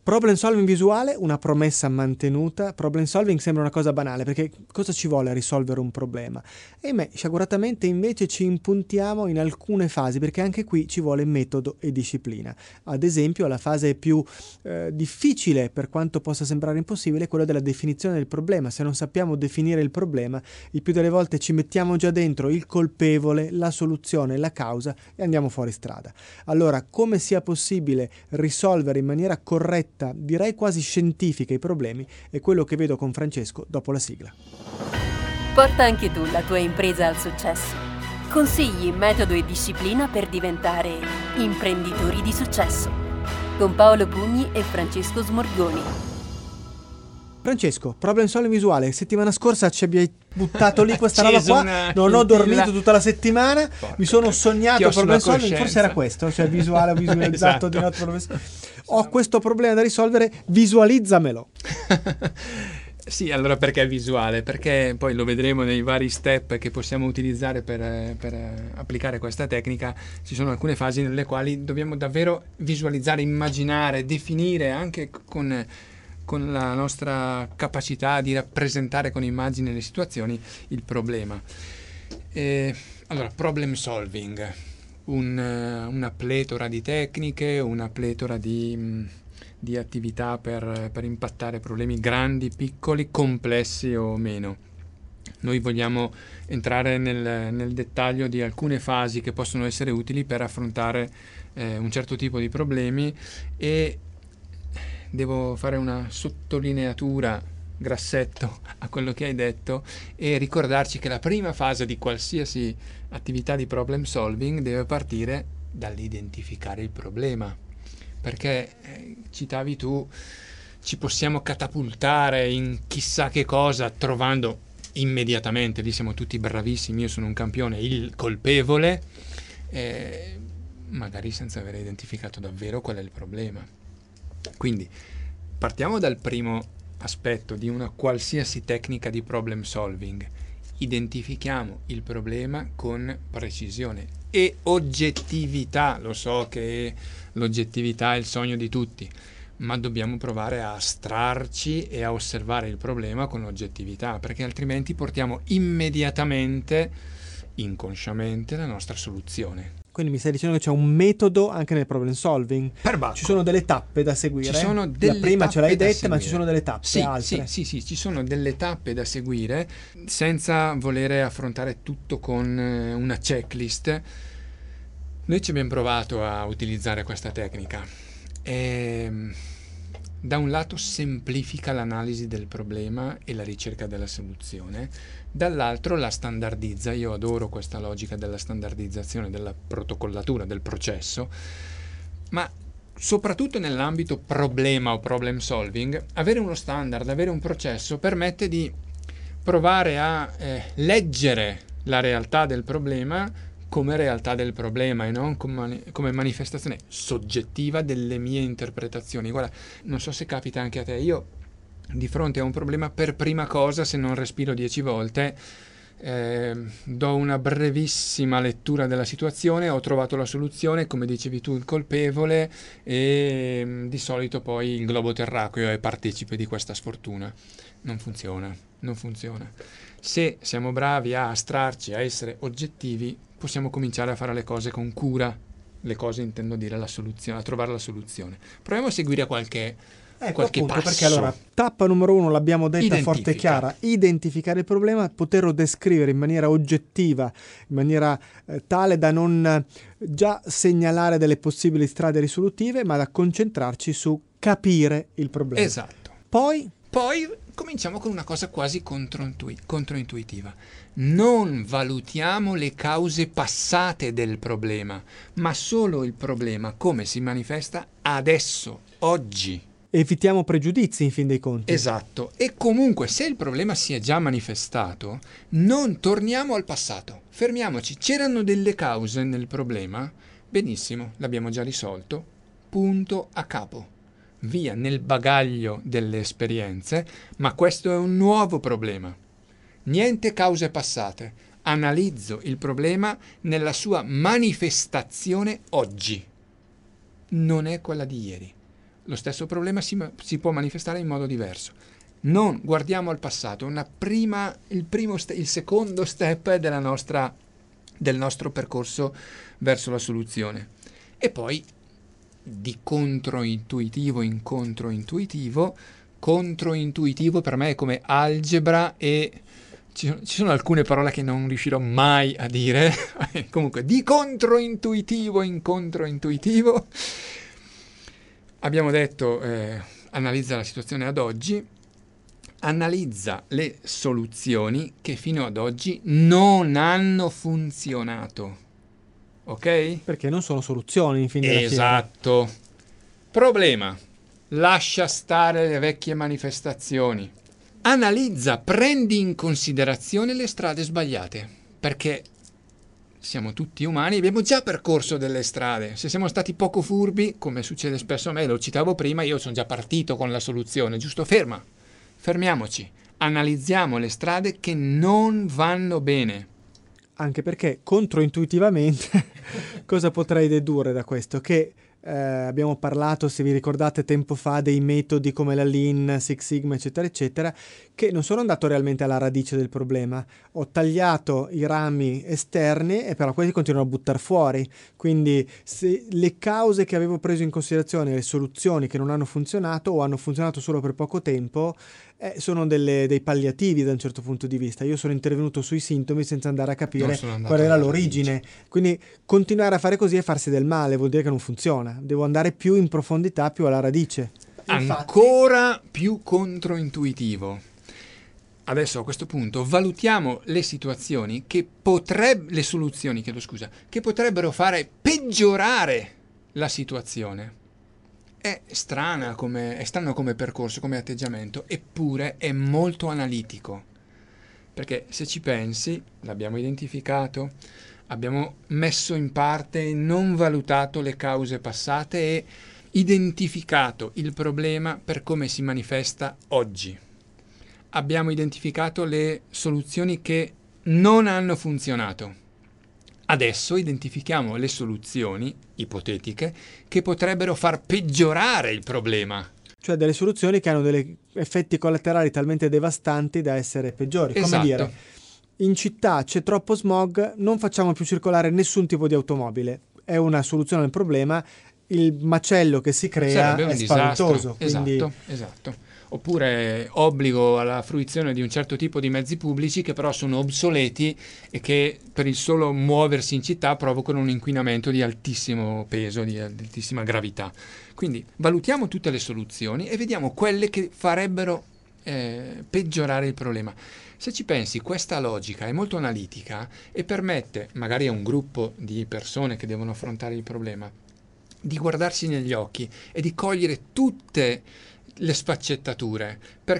Problem solving visuale, una promessa mantenuta. Problem solving sembra una cosa banale, perché cosa ci vuole a risolvere un problema? E sciaguratamente invece ci impuntiamo in alcune fasi, perché anche qui ci vuole metodo e disciplina. Ad esempio, la fase più difficile, per quanto possa sembrare impossibile, è quella della definizione del problema. Se non sappiamo definire il problema, il più delle volte ci mettiamo già dentro il colpevole, la soluzione, la causa e andiamo fuori strada. Allora, come sia possibile risolvere in maniera corretta, direi quasi scientifica, i problemi, è quello che vedo con Francesco dopo la sigla. Porta anche tu la tua impresa al successo. Consigli, metodo e disciplina per diventare imprenditori di successo. Con Paolo Pugni e Francesco Smorgoni. Francesco, problem solving visuale, settimana scorsa ci abbia buttato lì questa roba qua, non ho dormito tutta la settimana, mi sono sognato problem solving, forse era questo, cioè visuale, visualizzato di notte. Ho questo problema da risolvere, visualizzamelo. Sì, allora perché è visuale? Perché poi lo vedremo nei vari step che possiamo utilizzare per applicare questa tecnica. Ci sono alcune fasi nelle quali dobbiamo davvero visualizzare, immaginare, definire anche con la nostra capacità di rappresentare con immagini le situazioni il problema. Allora, problem solving, una pletora di tecniche, una pletora di attività per impattare problemi grandi, piccoli, complessi o meno. Noi vogliamo entrare nel dettaglio di alcune fasi che possono essere utili per affrontare un certo tipo di problemi, e devo fare una sottolineatura, grassetto, a quello che hai detto, e ricordarci che la prima fase di qualsiasi attività di problem solving deve partire dall'identificare il problema, perché citavi tu, ci possiamo catapultare in chissà che cosa trovando immediatamente, lì siamo tutti bravissimi, io sono un campione, il colpevole, magari senza aver identificato davvero qual è il problema. Quindi partiamo dal primo aspetto di una qualsiasi tecnica di problem solving: identifichiamo il problema con precisione e oggettività. Lo so che l'oggettività è il sogno di tutti, ma dobbiamo provare a astrarci e a osservare il problema con oggettività, perché altrimenti portiamo immediatamente, inconsciamente, la nostra soluzione. Quindi mi stai dicendo che c'è un metodo anche nel problem solving? Perbacco. Ci sono delle tappe da seguire? Ci sono delle la prima ce l'hai tappe da detta, ma seguire. ci sono delle tappe altre? Sì, ci sono delle tappe da seguire, senza volere affrontare tutto con una checklist. Noi ci abbiamo provato a utilizzare questa tecnica. Da un lato semplifica l'analisi del problema e la ricerca della soluzione, dall'altro la standardizza. Io adoro questa logica della standardizzazione, della protocollatura, del processo, ma soprattutto nell'ambito problema o problem solving, avere uno standard, avere un processo permette di provare a leggere la realtà del problema come realtà del problema e non come manifestazione soggettiva delle mie interpretazioni. Guarda, non so se capita anche a te, io di fronte a un problema, per prima cosa, se non respiro 10 volte, do una brevissima lettura della situazione, ho trovato la soluzione, come dicevi tu, il colpevole, e di solito poi il globo terracqueo è partecipe di questa sfortuna. Non funziona. Se siamo bravi a astrarci, a essere oggettivi, possiamo cominciare a fare le cose con cura. Le cose intendo dire la soluzione, a trovare la soluzione. Proviamo a seguire qualche appunto, passo. perché allora, tappa numero 1 l'abbiamo detta forte e chiara: identificare il problema, poterlo descrivere in maniera oggettiva, in maniera tale da non già segnalare delle possibili strade risolutive, ma da concentrarci su capire il problema. Esatto. Poi cominciamo con una cosa quasi controintuitiva. Non valutiamo le cause passate del problema, ma solo il problema come si manifesta adesso, oggi. Evitiamo pregiudizi, in fin dei conti. Esatto. E comunque, se il problema si è già manifestato, non torniamo al passato. Fermiamoci. C'erano delle cause nel problema? Benissimo, l'abbiamo già risolto. Punto a capo. Via nel bagaglio delle esperienze, ma questo è un nuovo problema. Niente cause passate. Analizzo il problema nella sua manifestazione oggi. Non è quella di ieri. lo stesso problema si può manifestare in modo diverso. Non guardiamo al passato, il secondo step del nostro percorso verso la soluzione. E poi di controintuitivo in controintuitivo per me è come algebra, e ci sono alcune parole che non riuscirò mai a dire. Comunque, di controintuitivo in controintuitivo abbiamo detto analizza la situazione ad oggi, analizza le soluzioni che fino ad oggi non hanno funzionato. Ok? Perché non sono soluzioni, in fin della fiera. Esatto. Problema: lascia stare le vecchie manifestazioni. Analizza, prendi in considerazione le strade sbagliate, perché siamo tutti umani, abbiamo già percorso delle strade. Se siamo stati poco furbi, come succede spesso a me, lo citavo prima, io sono già partito con la soluzione, giusto? Fermiamoci, analizziamo le strade che non vanno bene. Anche perché controintuitivamente cosa potrei dedurre da questo? Che abbiamo parlato, se vi ricordate tempo fa, dei metodi come la Lean, Six Sigma, eccetera, eccetera, che non sono andato realmente alla radice del problema. Ho tagliato i rami esterni e però quelli continuano a buttare fuori. Quindi se le cause che avevo preso in considerazione, le soluzioni che non hanno funzionato o hanno funzionato solo per poco tempo, sono dei palliativi da un certo punto di vista. Io sono intervenuto sui sintomi senza andare a capire qual era l'origine. Quindi continuare a fare così è farsi del male, vuol dire che non funziona. Devo andare più in profondità, più alla radice. Ancora più controintuitivo. Adesso a questo punto valutiamo le situazioni che potrebbero fare peggiorare la situazione. È strano come percorso, come atteggiamento, eppure è molto analitico. Perché se ci pensi, l'abbiamo identificato, abbiamo messo in parte, non valutato le cause passate e identificato il problema per come si manifesta oggi. Abbiamo identificato le soluzioni che non hanno funzionato. Adesso identifichiamo le soluzioni ipotetiche che potrebbero far peggiorare il problema. Cioè delle soluzioni che hanno degli effetti collaterali talmente devastanti da essere peggiori. Esatto. Come dire, in città c'è troppo smog, non facciamo più circolare nessun tipo di automobile. È una soluzione al problema, il macello che si crea è spaventoso. Quindi... Esatto. Oppure obbligo alla fruizione di un certo tipo di mezzi pubblici che però sono obsoleti e che per il solo muoversi in città provocano un inquinamento di altissimo peso, di altissima gravità. Quindi valutiamo tutte le soluzioni e vediamo quelle che farebbero peggiorare il problema. Se ci pensi, questa logica è molto analitica e permette magari a un gruppo di persone che devono affrontare il problema di guardarsi negli occhi e di cogliere tutte le sfaccettature,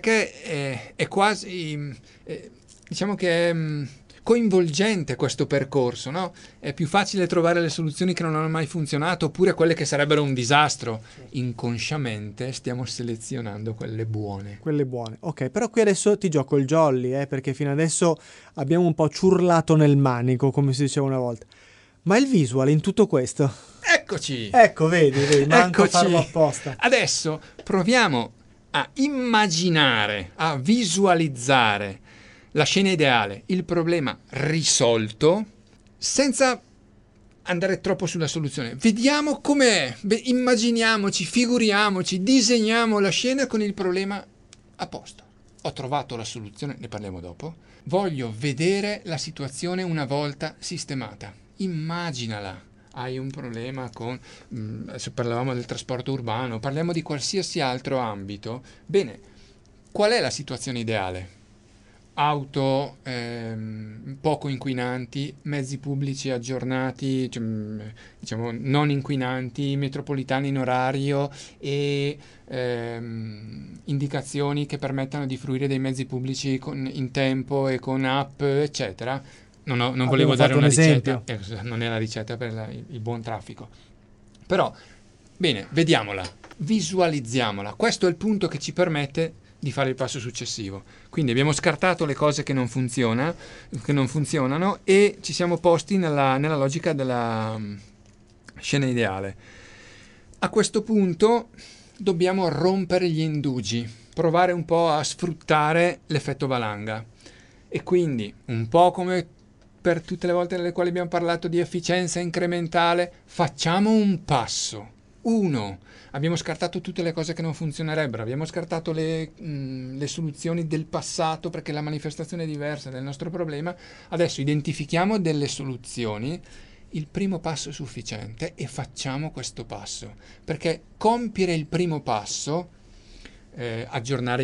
perché è quasi diciamo che è coinvolgente questo percorso, no? È più facile trovare le soluzioni che non hanno mai funzionato oppure quelle che sarebbero un disastro. Inconsciamente stiamo selezionando quelle buone. Ok, però qui adesso ti gioco il jolly, perché fino adesso abbiamo un po' ciurlato nel manico, come si diceva una volta. Ma il visual in tutto questo? Eccoci! Ecco, vedi, manco a farlo apposta. Adesso proviamo a immaginare, a visualizzare la scena ideale, il problema risolto, senza andare troppo sulla soluzione. Vediamo com'è, immaginiamoci, figuriamoci, disegniamo la scena con il problema a posto. Ho trovato la soluzione, ne parliamo dopo. Voglio vedere la situazione una volta sistemata. Immaginala. Hai un problema con, se parlavamo del trasporto urbano, parliamo di qualsiasi altro ambito. Bene, qual è la situazione ideale? Auto poco inquinanti, mezzi pubblici aggiornati, diciamo non inquinanti, metropolitane in orario e indicazioni che permettano di fruire dei mezzi pubblici in tempo e con app, eccetera. Non volevo dare una ricetta, non è la ricetta per il buon traffico. Però, bene, vediamola, visualizziamola. Questo è il punto che ci permette di fare il passo successivo. Quindi abbiamo scartato le cose che non funzionano e ci siamo posti nella logica della scena ideale. A questo punto dobbiamo rompere gli indugi, provare un po' a sfruttare l'effetto valanga. E quindi, un po' come per tutte le volte nelle quali abbiamo parlato di efficienza incrementale, facciamo un passo. 1. Abbiamo scartato tutte le cose che non funzionerebbero, abbiamo scartato le soluzioni del passato perché la manifestazione è diversa del nostro problema. Adesso identifichiamo delle soluzioni. Il primo passo è sufficiente e facciamo questo passo, perché compiere il primo passo, aggiornare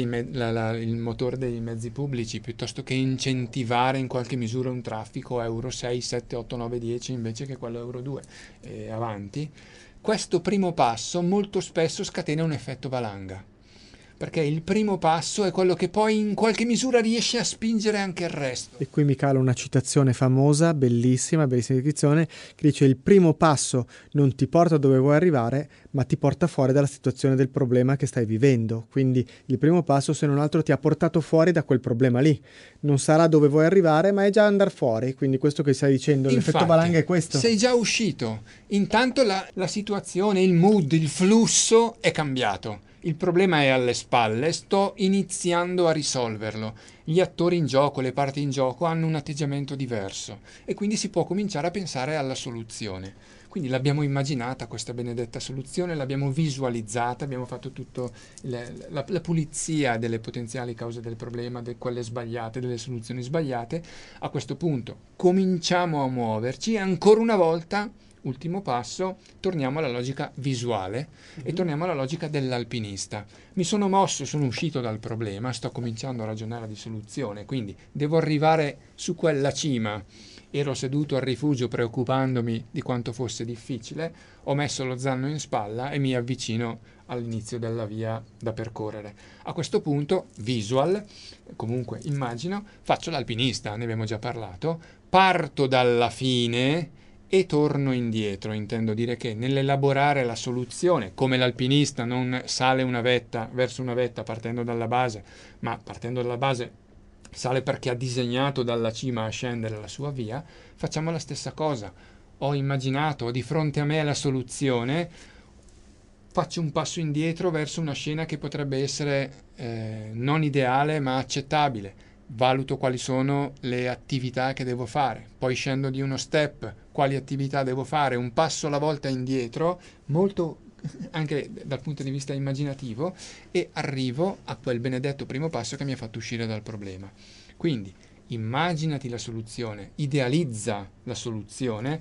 il motore dei mezzi pubblici piuttosto che incentivare in qualche misura un traffico Euro 6, 7, 8, 9, 10 invece che quello Euro 2 e avanti, questo primo passo molto spesso scatena un effetto valanga, perché il primo passo è quello che poi in qualche misura riesce a spingere anche il resto. E qui mi cala una citazione famosa, bellissima descrizione, che dice: il primo passo non ti porta dove vuoi arrivare, ma ti porta fuori dalla situazione del problema che stai vivendo. Quindi il primo passo, se non altro, ti ha portato fuori da quel problema lì. Non sarà dove vuoi arrivare, ma è già andare fuori. Quindi questo che stai dicendo, l'effetto valanga è questo. Sei già uscito. Intanto la situazione, il mood, il flusso è cambiato. Il problema è alle spalle, sto iniziando a risolverlo. Gli attori in gioco, le parti in gioco hanno un atteggiamento diverso e quindi si può cominciare a pensare alla soluzione. Quindi l'abbiamo immaginata questa benedetta soluzione, l'abbiamo visualizzata, abbiamo fatto tutto la pulizia delle potenziali cause del problema, di quelle sbagliate, delle soluzioni sbagliate. A questo punto cominciamo a muoverci e ancora una volta, ultimo passo, torniamo alla logica visuale e torniamo alla logica dell'alpinista. Mi sono mosso, sono uscito dal problema, sto cominciando a ragionare di soluzione, quindi devo arrivare su quella cima. Ero seduto al rifugio preoccupandomi di quanto fosse difficile, ho messo lo zaino in spalla e mi avvicino all'inizio della via da percorrere. A questo punto, visual, comunque immagino, faccio l'alpinista, ne abbiamo già parlato, parto dalla fine e torno indietro. Intendo dire che nell'elaborare la soluzione, come l'alpinista non sale una vetta verso una vetta partendo dalla base, ma partendo dalla base sale perché ha disegnato dalla cima a scendere la sua via, facciamo la stessa cosa. Ho immaginato, ho di fronte a me la soluzione, faccio un passo indietro verso una scena che potrebbe essere non ideale ma accettabile. Valuto quali sono le attività che devo fare, poi scendo di uno step, quali attività devo fare, un passo alla volta indietro, molto anche dal punto di vista immaginativo, e arrivo a quel benedetto primo passo che mi ha fatto uscire dal problema. Quindi immaginati la soluzione, idealizza la soluzione,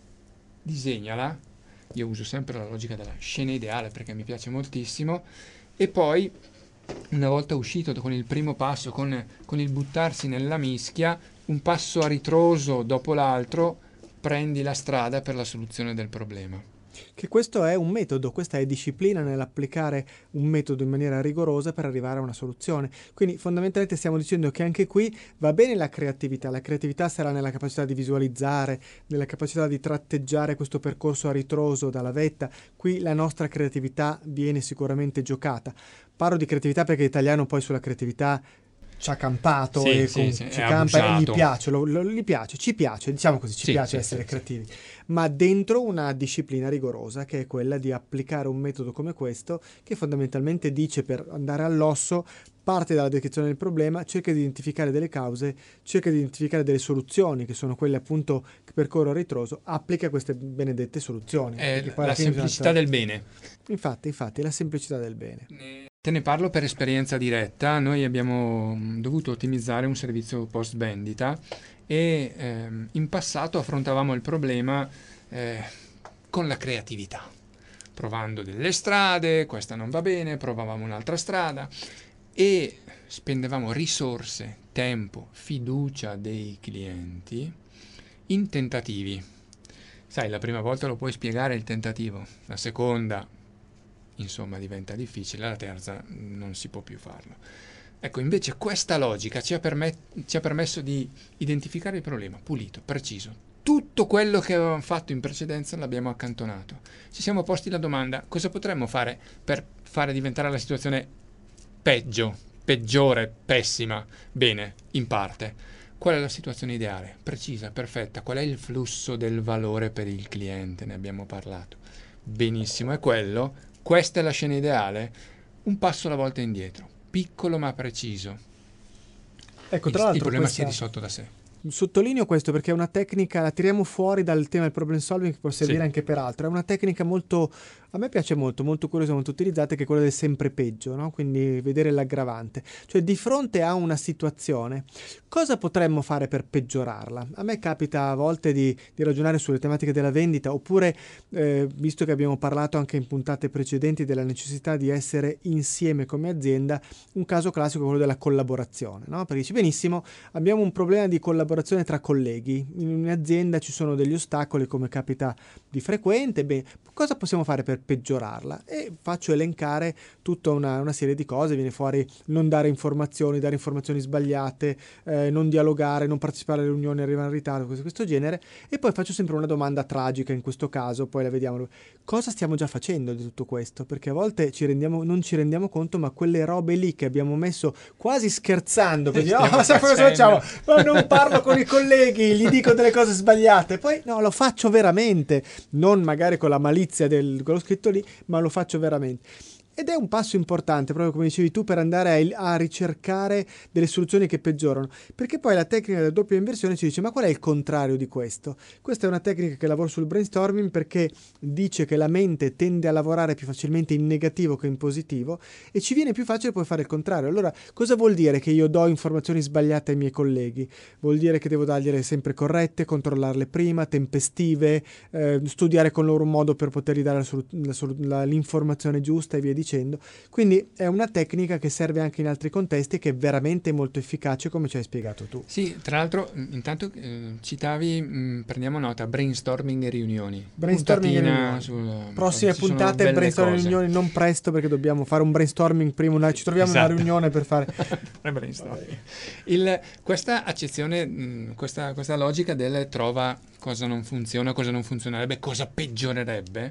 disegnala. Io uso sempre la logica della scena ideale perché mi piace moltissimo, e poi una volta uscito con il primo passo, con il buttarsi nella mischia, un passo a ritroso dopo l'altro, prendi la strada per la soluzione del problema. Che questo è un metodo, questa è disciplina nell'applicare un metodo in maniera rigorosa per arrivare a una soluzione. Quindi fondamentalmente stiamo dicendo che anche qui va bene la creatività sarà nella capacità di visualizzare, nella capacità di tratteggiare questo percorso a ritroso dalla vetta. Qui la nostra creatività viene sicuramente giocata. Parlo di creatività perché l'italiano poi sulla creatività ci ha campato, ci campa e gli piace, gli piace, ci piace, diciamo così, ci piace essere creativi, ma dentro una disciplina rigorosa che è quella di applicare un metodo come questo, che fondamentalmente dice, per andare all'osso, parte dalla descrizione del problema, cerca di identificare delle cause, cerca di identificare delle soluzioni, che sono quelle appunto che percorrono a ritroso, applica queste benedette soluzioni. È la semplicità del bene. Infatti, la semplicità del bene. Te ne parlo per esperienza diretta. Noi abbiamo dovuto ottimizzare un servizio post vendita e in passato affrontavamo il problema con la creatività, provando delle strade, questa non va bene, provavamo un'altra strada e spendevamo risorse, tempo, fiducia dei clienti in tentativi. Sai, la prima volta lo puoi spiegare il tentativo, la seconda insomma diventa difficile, la terza non si può più farlo. Ecco, invece questa logica ci ha permesso di identificare il problema pulito, preciso. Tutto quello che avevamo fatto in precedenza l'abbiamo accantonato. Ci siamo posti la domanda: cosa potremmo fare per fare diventare la situazione peggiore, pessima? Bene, in parte. Qual è la situazione ideale? Precisa, perfetta. Qual è il flusso del valore per il cliente? Ne abbiamo parlato. Benissimo, è quello. questa è la scena ideale, un passo alla volta indietro, piccolo ma preciso. Ecco, tra l'altro il problema questa... si è risolto da sé. Sottolineo questo perché è una tecnica, la tiriamo fuori dal tema del problem solving, che può servire Sì. anche per altro. È una tecnica molto, a me piace molto, molto curiosa, molto utilizzata, che è quella del sempre peggio, no? Quindi vedere l'aggravante. Cioè, di fronte a una situazione, cosa potremmo fare per peggiorarla? A me capita a volte di ragionare sulle tematiche della vendita, oppure, visto che abbiamo parlato anche in puntate precedenti della necessità di essere insieme come azienda, un caso classico è quello della collaborazione, no? Perché dici, benissimo, abbiamo un problema di collaborazione tra colleghi, in un'azienda ci sono degli ostacoli come capita di frequente, beh, cosa possiamo fare per peggiorarla? E faccio elencare tutta una serie di cose, viene fuori non dare informazioni sbagliate, non dialogare, non partecipare alle riunioni, arrivare in ritardo, questo genere, e poi faccio sempre una domanda tragica in questo caso, poi la vediamo. Cosa stiamo già facendo di tutto questo? Perché a volte non ci rendiamo conto, ma quelle robe lì che abbiamo messo quasi scherzando, per dire, cosa facciamo? Ma non parlo con i colleghi, gli dico delle cose sbagliate, poi no, lo faccio veramente, non magari con la malizia di quello scritto lì, ma lo faccio veramente. Ed è un passo importante, proprio come dicevi tu, per andare a ricercare delle soluzioni che peggiorano, perché poi la tecnica della doppia inversione ci dice, ma qual è il contrario di questo? Questa è una tecnica che lavora sul brainstorming, perché dice che la mente tende a lavorare più facilmente in negativo che in positivo, e ci viene più facile poi fare il contrario. Allora, cosa vuol dire che io do informazioni sbagliate ai miei colleghi? Vuol dire che devo dargliele sempre corrette, controllarle prima, tempestive, studiare con loro un modo per potergli dare l'informazione giusta e via dicendo. Quindi è una tecnica che serve anche in altri contesti, che è veramente molto efficace, come ci hai spiegato tu. Sì, tra l'altro, intanto citavi, prendiamo nota, brainstorming e riunioni. Brainstorming e riunioni. Prossime puntate, brainstorming e riunioni, non presto, perché dobbiamo fare un brainstorming prima, ci troviamo in una riunione per fare brainstorming. Questa accezione, questa logica del trova cosa non funziona, cosa non funzionerebbe, cosa peggiorerebbe,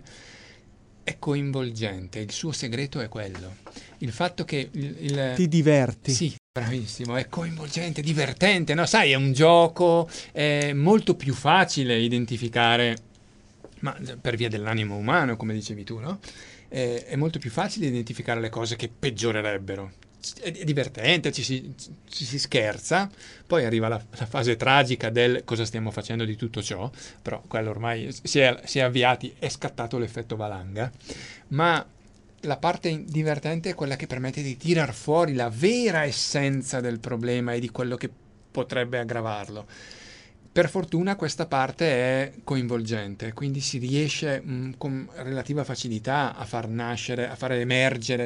è coinvolgente. Il suo segreto è quello, il fatto che ti diverti. Sì, bravissimo, è coinvolgente, divertente, no? Sai, è un gioco, è molto più facile identificare, ma per via dell'animo umano, come dicevi tu, no? È molto più facile identificare le cose che peggiorerebbero. È divertente, ci si scherza, poi arriva la fase tragica del cosa stiamo facendo di tutto ciò, però quello ormai si è avviati, è scattato l'effetto valanga, ma la parte divertente è quella che permette di tirar fuori la vera essenza del problema e di quello che potrebbe aggravarlo. Per fortuna questa parte è coinvolgente, quindi si riesce con relativa facilità a far nascere, a far emergere,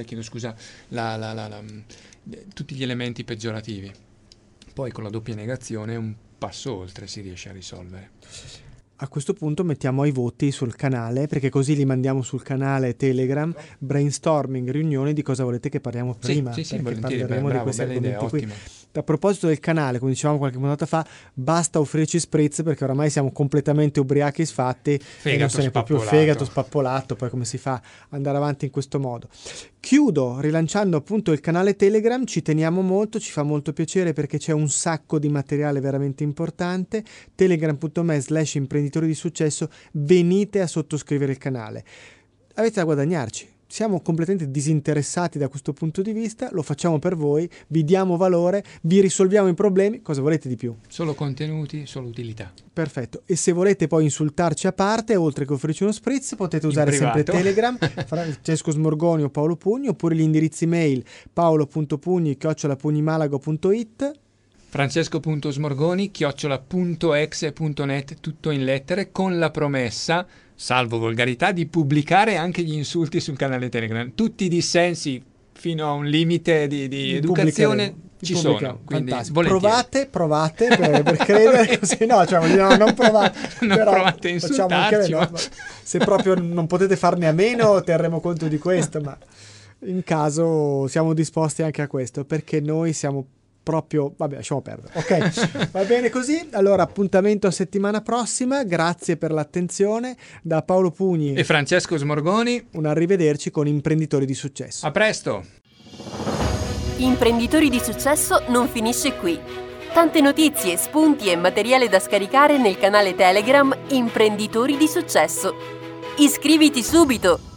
tutti gli elementi peggiorativi. Poi con la doppia negazione un passo oltre si riesce a risolvere. A questo punto mettiamo ai voti sul canale, perché così li mandiamo sul canale Telegram, brainstorming, riunioni, di cosa volete che parliamo prima. Sì, perché volentieri, parleremo di questi argomenti idea, qui. ottima. A proposito del canale, come dicevamo qualche puntata fa, basta offrirci spritz, perché oramai siamo completamente ubriachi e sfatti, e non se ne può più, fegato spappolato, poi come si fa ad andare avanti in questo modo. Chiudo rilanciando appunto il canale Telegram, ci teniamo molto, ci fa molto piacere perché c'è un sacco di materiale veramente importante. telegram.me/imprenditori di successo, venite a sottoscrivere il canale, avete da guadagnarci. Siamo completamente disinteressati da questo punto di vista, lo facciamo per voi, vi diamo valore, vi risolviamo i problemi, cosa volete di più? Solo contenuti, solo utilità. Perfetto, e se volete poi insultarci a parte, oltre che offrirci uno spritz, potete usare sempre Telegram, Francesco Smorgoni o Paolo Pugni, oppure gli indirizzi mail paolo.pugni@pugnimalago.it, francesco.smorgoni@.exe.net, tutto in lettere, con la promessa, salvo volgarità, di pubblicare anche gli insulti sul canale Telegram. Tutti i dissensi fino a un limite di educazione ci sono, quindi provate per credere, così non provate, non provate a insultarci, se proprio non potete farne a meno terremo conto di questo, ma in caso siamo disposti anche a questo, perché noi siamo proprio, vabbè, lasciamo perdere. Ok, va bene così. Allora, appuntamento a settimana prossima. Grazie per l'attenzione. Da Paolo Pugni e Francesco Smorgoni, un arrivederci con Imprenditori di Successo. A presto. Imprenditori di Successo non finisce qui. Tante notizie, spunti e materiale da scaricare nel canale Telegram Imprenditori di Successo. Iscriviti subito!